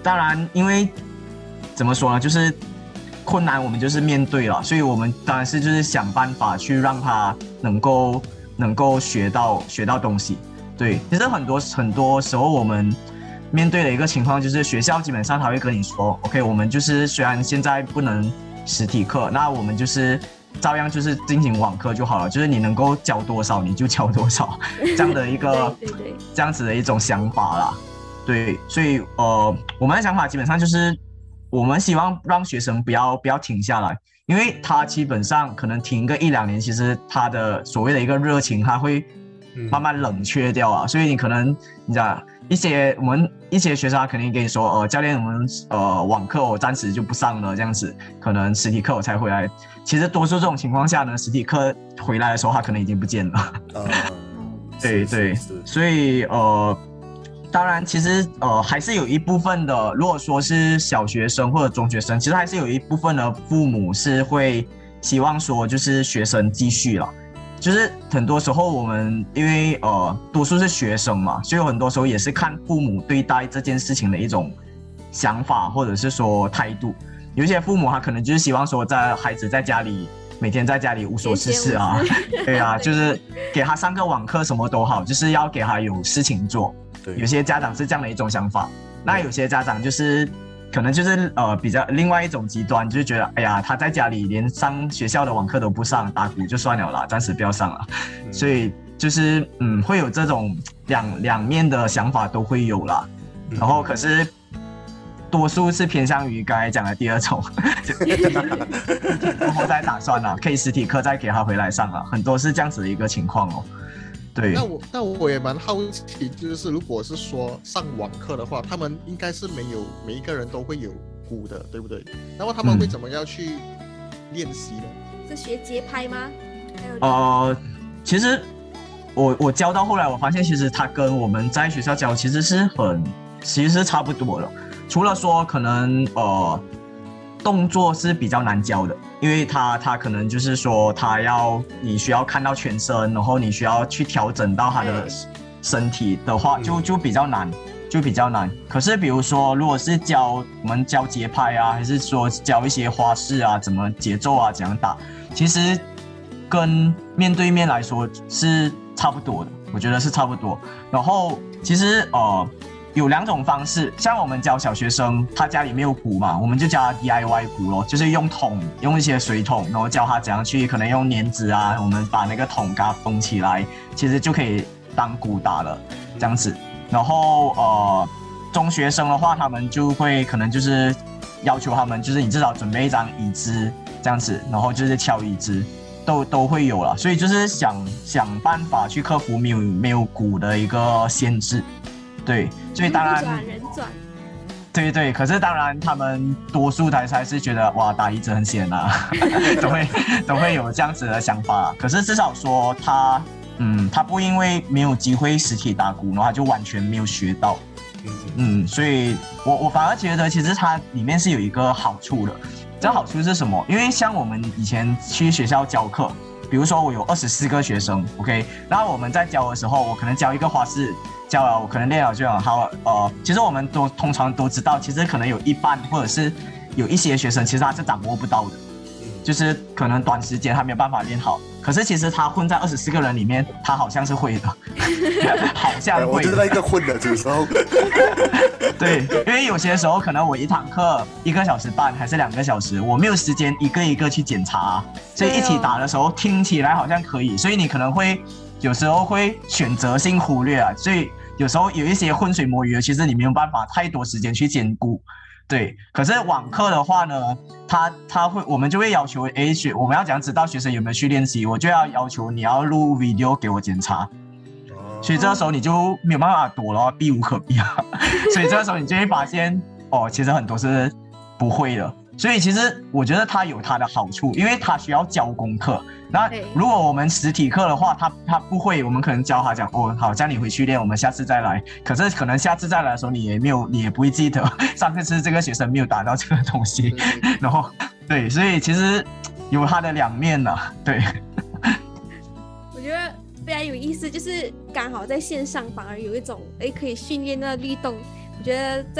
当然因为怎么说呢，就是困难我们就是面对了，所以我们当然是就是想办法去让他能够学到东西。对，其实很多时候我们面对的一个情况就是学校基本上他会跟你说 OK， 我们就是虽然现在不能实体课，那我们就是照样就是进行网课就好了，就是你能够教多少你就教多少，这样的一个对这样子的一种想法啦。对，所以我们的想法基本上就是我们希望让学生不要停下来，因为他基本上可能停个1-2年，其实他的所谓的一个热情他会慢慢冷却掉啊。所以你可能你知道我们一些学生他肯定跟你说教练我们网课我暂时就不上了这样子，可能实体课我才回来。其实多数这种情况下呢，实体课回来的时候他可能已经不见了。对对，所以当然其实还是有一部分的，如果说是小学生或者中学生，其实还是有一部分的父母是会希望说就是学生继续了。就是很多时候我们因为多数是学生嘛，所以很多时候也是看父母对待这件事情的一种想法或者是说态度。有些父母他可能就是希望说孩子在家里每天在家里无所事事啊，对啊，就是给他上个网课什么都好，就是要给他有事情做。有些家长是这样的一种想法，那有些家长就是可能就是比较另外一种极端，就是觉得哎呀他在家里连上学校的网课都不上，打鼓就算了啦，暂时不要上了。所以就是会有这种两面的想法都会有啦。然后可是多数是偏向于刚才讲的第二种，然后再打算了，可以实体课再给他回来上了，很多是这样子的一个情况哦。对， 那我也蛮好奇，就是如果是说上网课的话，他们应该是每一个人都会有鼓的，对不对？那么他们会怎么样去练习呢？ 是学节拍吗？ 其实我教到后来，我发现其实他跟我们在学校教其实是差不多的，除了说可能动作是比较难教的，因为他可能就是说你需要看到全身，然后你需要去调整到他的身体的话，就比较难。可是比如说如果是我们教节拍啊，还是说教一些花式啊，怎么节奏啊，怎样打，其实跟面对面来说是差不多的，我觉得是差不多。然后其实有2种方式，像我们教小学生，他家里没有鼓嘛，我们就教他 DIY 鼓咯，就是用一些水桶，然后教他怎样去，可能用粘纸啊，我们把那个桶给它封起来，其实就可以当鼓打了，这样子。然后中学生的话，他们就会可能就是要求他们，就是你至少准备一张椅子这样子，然后就是敲椅子，都会有了。所以就是想办法去克服没有鼓的一个限制。对，所以当然人转， 对，可是当然他们多数还是觉得哇打椅子很闲啊，都会有这样子的想法。可是至少说他不因为没有机会实体打鼓，然后他就完全没有学到。所以我反而觉得其实它里面是有一个好处的。这好处是什么？因为像我们以前去学校教课，比如说我有24个学生 ，OK， 然后我们在教的时候，我可能教一个花式，教了我可能练了就很好。其实我们通常都知道，其实可能有一半或者是有一些学生，其实他是掌握不到的，就是可能短时间他没有办法练好。可是其实他混在24个人里面，他好像是会的，好像会的。 我就是那一个混的，有时候。 对，因为有些时候可能我一堂课1个小时半还是2个小时，我没有时间一个一个去检查，所以一起打的时候听起来好像可以，所以你可能会有时候会选择性忽略啊，所以有时候有一些浑水摸鱼的，其实你没有办法太多时间去兼顾。对，可是网课的话呢，我们就会要求我们要怎样知道学生有没有去练习，我就要求你要录 video 给我检查。所以这个时候你就没有办法躲了，避无可避啊。所以这个时候你就会发现其实很多是不会的。所以其实我觉得它有它的好处，因为它需要交功课。那如果我们实体课的话，他不会，我们可能教他讲好，这样你回去练，我们下次再来。可是可能下次再来的时候，你也不会记得上次这个学生没有达到这个东西。然后对，所以其实有它的2面呢。对， 我觉得非常有意思，就是刚好在线上反而有一种可以训练的律动。我觉得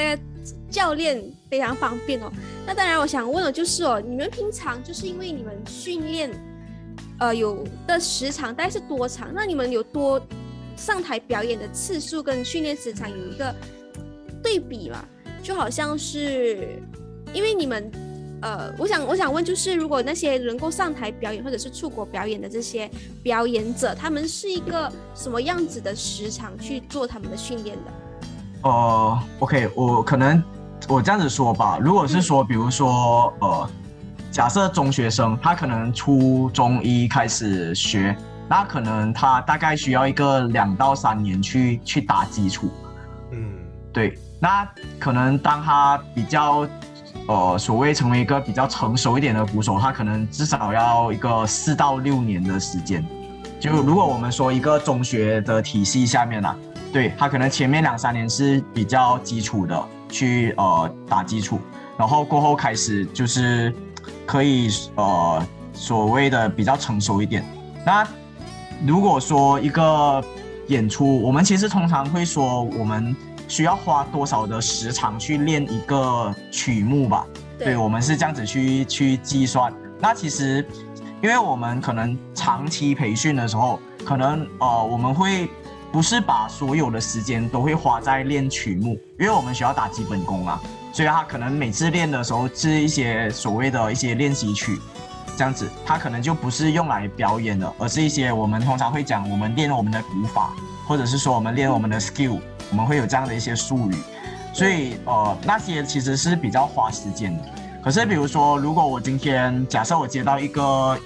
教练非常方便哦。那当然我想问的就是你们平常就是因为你们训练有的时长大概是多长？那你们有多上台表演的次数跟训练时长有一个对比嘛？就好像是因为你们我想问，就是如果那些能够上台表演或者是出国表演的这些表演者，他们是一个什么样子的时长去做他们的训练的 ？OK， 我这样子说吧，如果是说，比如说假设中学生他可能初中一开始学，那可能他大概需要一个2到3年去打基础。对，那可能当他比较所谓成为一个比较成熟一点的鼓手，他可能至少要一个4到6年的时间。就如果我们说一个中学的体系下面啊，对，他可能前面2、3年是比较基础的去打基础，然后过后开始就是可以所谓的比较成熟一点。那如果说一个演出，我们其实通常会说我们需要花多少的时长去练一个曲目吧？对，我们是这样子去计算。那其实，因为我们可能长期培训的时候，可能我们会不是把所有的时间都会花在练曲目，因为我们需要打基本功啊，所以他可能每次练的时候是一些所谓的一些练习曲，这样子，他可能就不是用来表演的，而是一些我们通常会讲我们练我们的鼓法，或者是说我们练我们的 skill。我们会有这样的一些术语，所以那些其实是比较花时间的。可是比如说，如果我今天假设我接到一个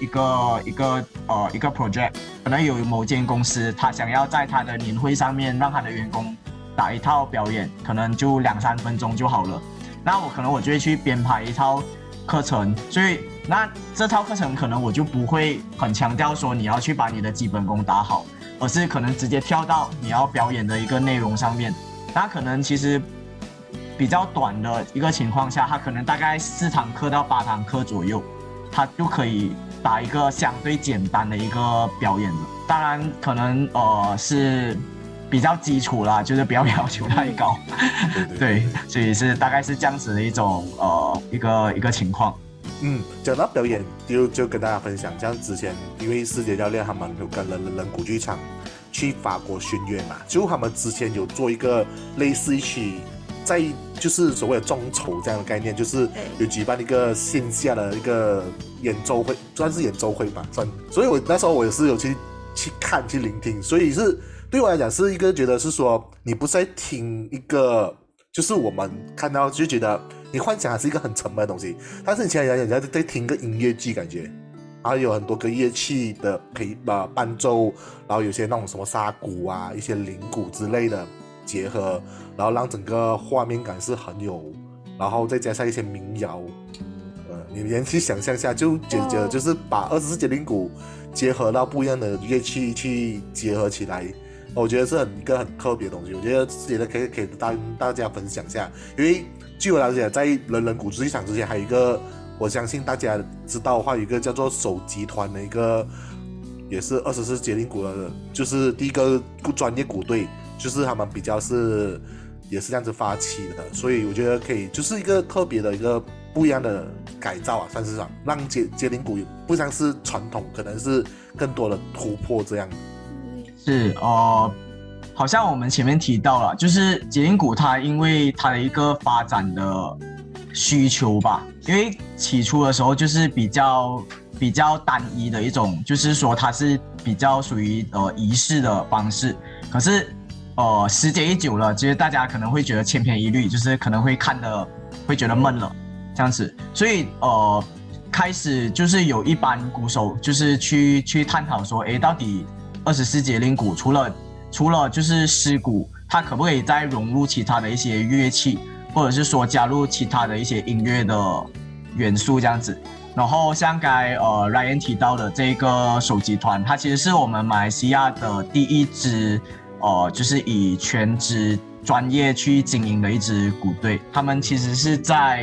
project， 可能有某间公司他想要在他的年会上面让他的员工打一套表演，可能就2、3分钟就好了。那我就会去编排一套课程，所以那这套课程可能我就不会很强调说你要去把你的基本功打好。而是可能直接跳到你要表演的一个内容上面，那可能其实比较短的一个情况下，它可能大概4堂课到8堂课左右，它就可以打一个相对简单的一个表演了。当然可能是比较基础啦，就是不要要求太高。对，所以是大概是这样子的一种一个情况。 讲到表演就跟大家分享，像之前因为世杰教练他们有跟人鼓剧场去法国巡演嘛，就他们之前有做一个类似一起在就是所谓的众筹这样的概念，就是有举办一个线下的一个演奏会，算是演奏会吧，所以我那时候我也是有去看去聆听，所以是对我来讲是一个觉得是说你不是在听一个就是我们看到就觉得你幻想还是一个很沉闷的东西，但是你现在人家在听个音乐剧感觉，然后有很多个乐器的伴奏，然后有些那种什么沙鼓啊一些铃鼓之类的结合，然后让整个画面感是很有，然后再加上一些民谣，你们去想象一下，就觉得就是把24节铃鼓结合到不一样的乐器去结合起来，我觉得是一个很特别的东西。我觉得自己的可以大家分享一下，因为据我了解，在人鼓剧场之前还有一个，我相信大家知道的话，有一个叫做手集团的一个，也是24节铃鼓的，就是第一个专业鼓队，就是他们比较是也是这样子发起的，所以我觉得可以就是一个特别的一个不一样的改造啊，算是让节铃鼓不像是传统，可能是更多的突破这样。 是好像我们前面提到了，就是节铃鼓它因为它的一个发展的需求吧，因为起初的时候就是比较单一的一种，就是说它是比较属于仪式的方式，可是时间一久了，其实大家可能会觉得千篇一律，就是可能会看得会觉得闷了这样子，所以开始就是有一班鼓手就是去探讨说，到底24节铃鼓除了就是湿鼓，它可不可以再融入其他的一些乐器，或者是说加入其他的一些音乐的元素这样子。然后像刚才Ryan 提到的这个手集团，它其实是我们马来西亚的第一支就是以全职专业去经营的一支鼓队。他们其实是在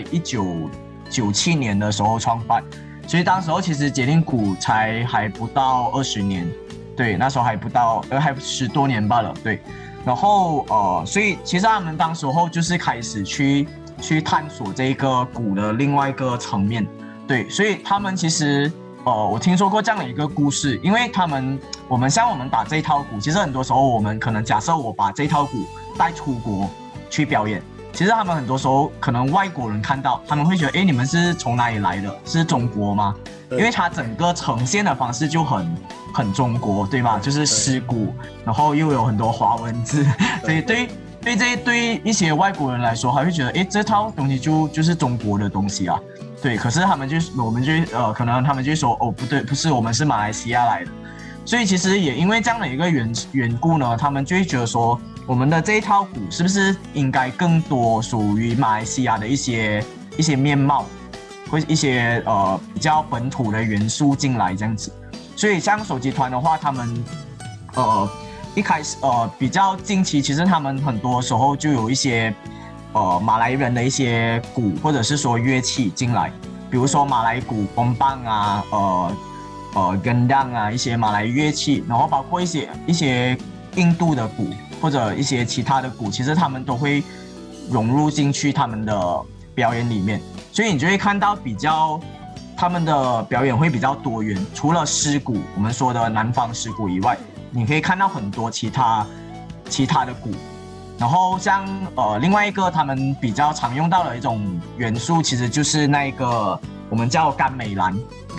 1997年的时候创办，所以当时候其实节铃鼓还不到20年。对，那时候还不到，还10多年罢了。对，然后所以其实他们当时候就是开始去去探索这个鼓的另外一个层面。对，所以他们其实我听说过这样的一个故事，因为我们打这一套鼓，其实很多时候我们可能假设我把这套鼓带出国去表演，其实他们很多时候可能外国人看到，他们会觉得，你们是从哪里来的？是中国吗？因为它整个呈现的方式就很中国，对吧？就是狮鼓，然后又有很多华文字，所以对一些外国人来说，他会觉得，这套东西就是中国的东西啊。对，可是我们就可能他们就说，不对，不是，我们是马来西亚来的。所以其实也因为这样的一个缘故呢，他们就会觉得说，我们的这一套鼓是不是应该更多属于马来西亚的一些面貌，或一些比较本土的元素进来这样子。所以像手集团的话，他们一开始比较近期，其实他们很多时候就有一些马来人的一些鼓或者是说乐器进来，比如说马来鼓、公棒啊，gendang啊，一些马来乐器，然后包括一些印度的鼓或者一些其他的鼓，其实他们都会融入进去他们的表演里面，所以你就会看到他们的表演会比较多元，除了狮鼓，我们说的南方狮鼓以外，你可以看到很多其他的鼓。然后像另外一个他们比较常用到的一种元素，其实就是那个我们叫甘美兰，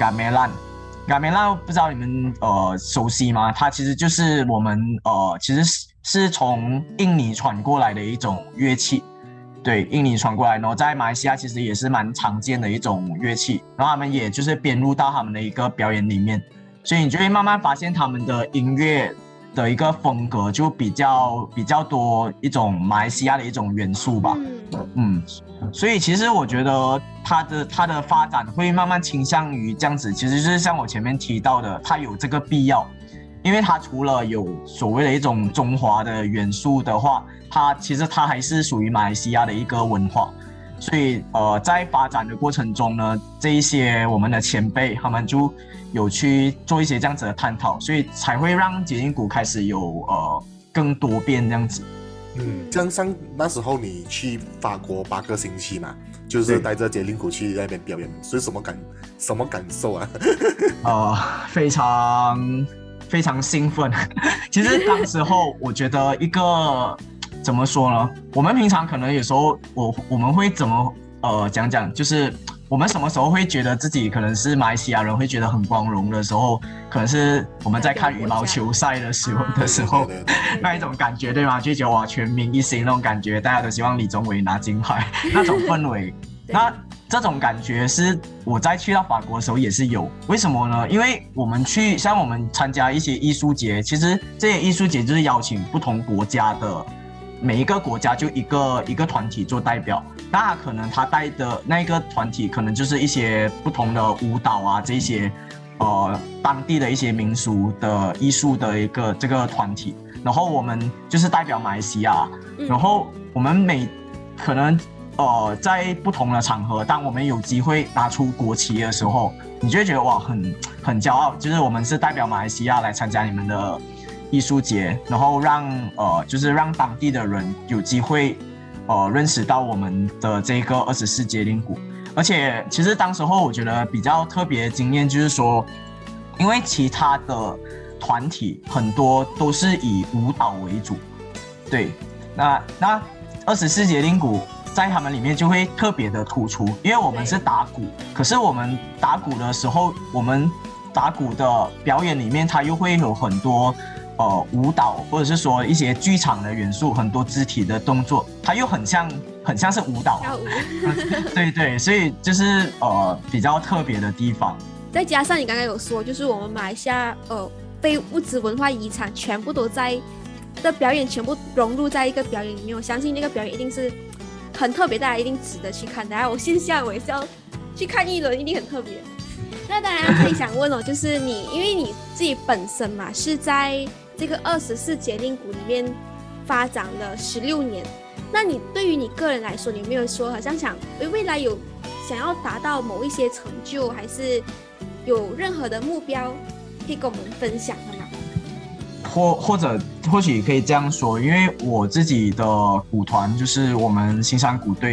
不知道你们熟悉吗？它其实就是我们其实是从印尼传过来的一种乐器。对，印尼传过来，然后在马来西亚其实也是蛮常见的一种乐器，然后他们也就是编入到他们的一个表演里面，所以你就会慢慢发现他们的音乐的一个风格就比较多一种马来西亚的一种元素吧。所以其实我觉得它的发展会慢慢倾向于这样子，其实就是像我前面提到的，它有这个必要，因为它除了有所谓的一种中华的元素的话，其实它还是属于马来西亚的一个文化，所以在发展的过程中呢，这一些我们的前辈他们就有去做一些这样子的探讨，所以才会让节令鼓开始有更多变这样子。 这样像那时候你去法国8个星期嘛，就是带着节令鼓去那边表演，所以什么感受啊？ 非常兴奋。其实当时候我觉得一个怎么说呢？我们平常可能有时候我们会怎么讲，就是我们什么时候会觉得自己可能是马来西亚人，会觉得很光荣的时候，可能是我们在看羽毛球赛的时候那一种感觉，对吗？就觉得哇，全民一心那种感觉，大家都希望李宗伟拿金牌那种氛围。那这种感觉是我在去到法国的时候也是有，为什么呢？因为我们参加一些艺术节，其实这些艺术节就是邀请不同国家的，每一个国家就一个团体做代表，那可能他带的那个团体可能就是一些不同的舞蹈啊，这些当地的一些民俗的艺术的这个团体，然后我们就是代表马来西亚，然后我们可能在不同的场合，当我们有机会拿出国旗的时候，你就会觉得哇，很骄傲，就是我们是代表马来西亚来参加你们的艺术节，然后就是让当地的人有机会认识到我们的这个24节令鼓。而且其实当时候我觉得比较特别的经验就是说，因为其他的团体很多都是以舞蹈为主，对，那24节令鼓在他们里面就会特别的突出，因为我们是打鼓，可是我们打鼓的时候，我们打鼓的表演里面它又会有很多舞蹈或者是说一些剧场的元素，很多肢体的动作，它又很像是舞蹈，对，所以就是比较特别的地方。 再加上你刚刚有说，就是我们马来西亚非物质文化遗产全部都在的表演，全部融入在一个表演里面，我相信那个表演一定是很特别，大家一定值得去看。等下我线下我也是要去看一轮，一定很特别。那当然可以想问就是因为你自己本身嘛是在这个24节令鼓里面发展了16年，那你对于你个人来说，你有没有说好像未来有想要达到某一些成就，还是有任何的目标可以跟我们分享的吗？或许可以这样说，因为我自己的鼓团就是我们新山鼓队，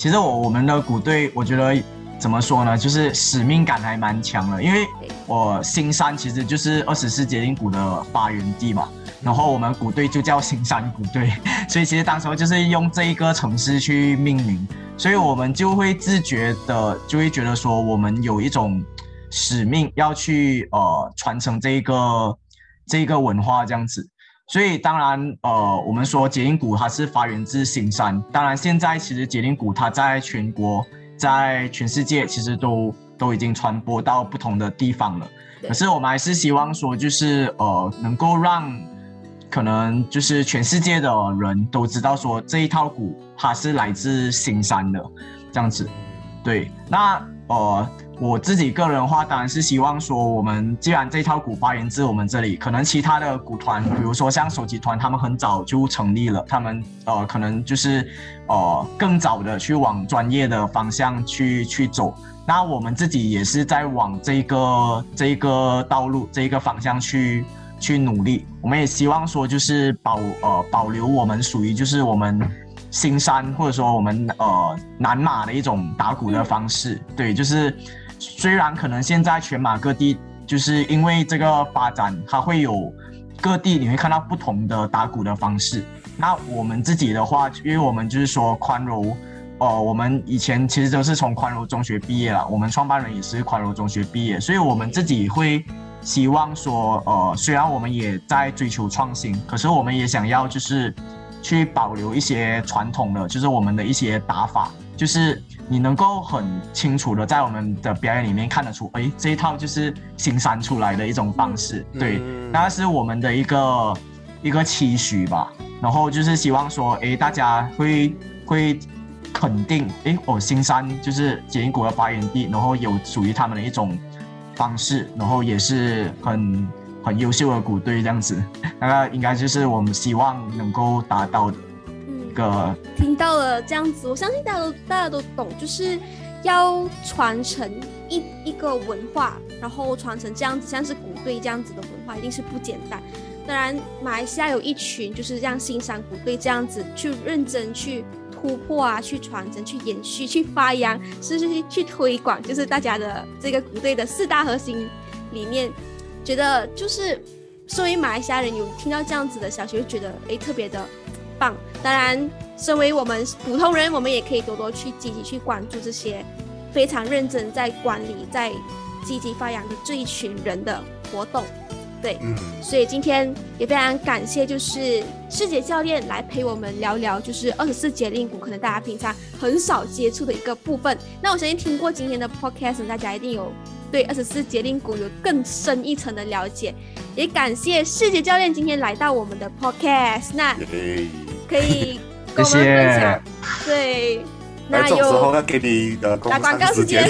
其实我们的鼓队，我觉得怎么说呢，就是使命感还蛮强的，因为我新山其实就是24节令鼓的发源地嘛，然后我们鼓队就叫新山鼓队，所以其实当时就是用这一个城市去命名，所以我们就会自觉的就会觉得说，我们有一种使命要去传承这个文化这样子。所以当然我们说节令鼓它是发源自新山，当然现在其实节令鼓它在全国在全世界其实都已经传播到不同的地方了，可是我们还是希望说就是能够让可能就是全世界的人都知道说这一套鼓它是来自新山的这样子。对，那我自己个人的话当然是希望说，我们既然这套鼓发源自我们这里，可能其他的鼓团比如说像手击团他们很早就成立了，他们可能就是更早的去往专业的方向去走，那我们自己也是在往这个道路这一个方向去努力。我们也希望说就是保留我们属于就是我们新山或者说我们南马的一种打鼓的方式。对，就是虽然可能现在全马各地就是因为这个发展，它会有各地你会看到不同的打鼓的方式。那我们自己的话，因为我们就是说宽柔我们以前其实都是从宽柔中学毕业了，我们创办人也是宽柔中学毕业，所以我们自己会希望说虽然我们也在追求创新，可是我们也想要就是去保留一些传统的，就是我们的一些打法，就是你能够很清楚的在我们的表演里面看得出，这一套就是新山出来的一种方式。对，那是我们的一个期许吧。然后就是希望说大家会肯定新山就是节令鼓的发源地，然后有属于他们的一种方式，然后也是很优秀的鼓队这样子，那个应该就是我们希望能够达到的一个。 听到了这样子，我相信大家都懂，就是要传承一个文化，然后传承这样子像是鼓队这样子的文化，一定是不简单。当然马来西亚有一群就是像新山鼓队这样子去认真去突破啊，去传承，去延续，去发扬，甚至去推广，就是大家的这个鼓队的4大核心理念。觉得就是身为马来西亚人有听到这样子的消息，会觉得特别的棒。当然身为我们普通人，我们也可以多多去积极去关注这些非常认真在管理在积极发扬的这一群人的活动。对，所以今天也非常感谢就是世杰教练来陪我们聊聊就是24节令鼓可能大家平常很少接触的一个部分。那我相信听过今天的 podcast 大家一定有对24节令鼓有更深一层的了解，也感谢世杰教练今天来到我们的 podcast， 那可以跟我们分享。对，那有这种时候要给你的广告时间。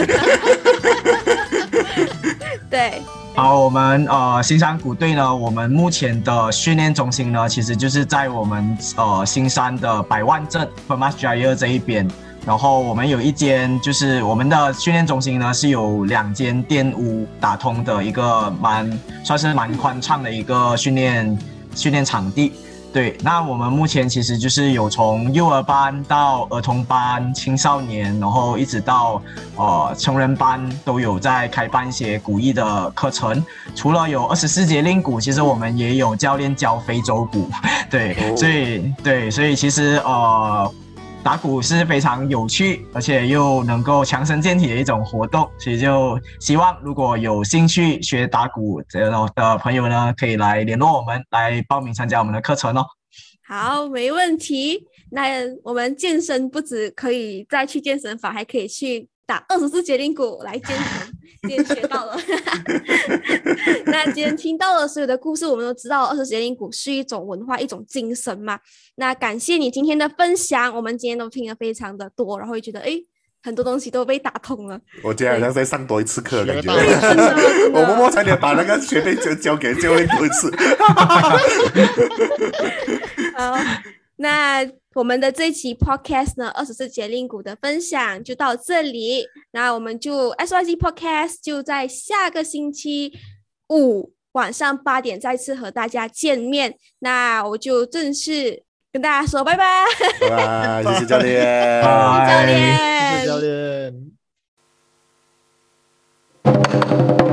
对， 好，我们新山鼓队呢，我们目前的训练中心呢，其实就是在我们新山的百万镇 Permas Jaya 这一边。然后我们有一间，就是我们的训练中心呢是有2间电屋打通的一个算是蛮宽敞的一个训练场地。对，那我们目前其实就是有从幼儿班到儿童班、青少年，然后一直到成人班都有在开办一些鼓艺的课程。除了有24节令鼓，其实我们也有教练教非洲鼓。对，所以其实打鼓是非常有趣，而且又能够强身健体的一种活动，所以就希望如果有兴趣学打鼓的朋友呢，可以来联络我们，来报名参加我们的课程哦。 好，没问题。那我们健身不止可以再去健身房，还可以去打24节令鼓来健身。今天学到了。那今天听到了所有的故事，我们都知道24节令鼓是一种文化，一种精神嘛。那感谢你今天的分享，我们今天都听得非常的多，然后会觉得很多东西都被打通了。 我今天好像再上多一次课的感觉。我默默差点把那个学费交给教练多一次。 好，那我们的这期 podcast 呢，24节令鼓的分享就到这里。那我们就 SYG podcast 就在下个星期5晚上8点再次和大家见面。那我就正式跟大家说拜拜。 拜拜，谢谢教练， 教练， 谢谢教练。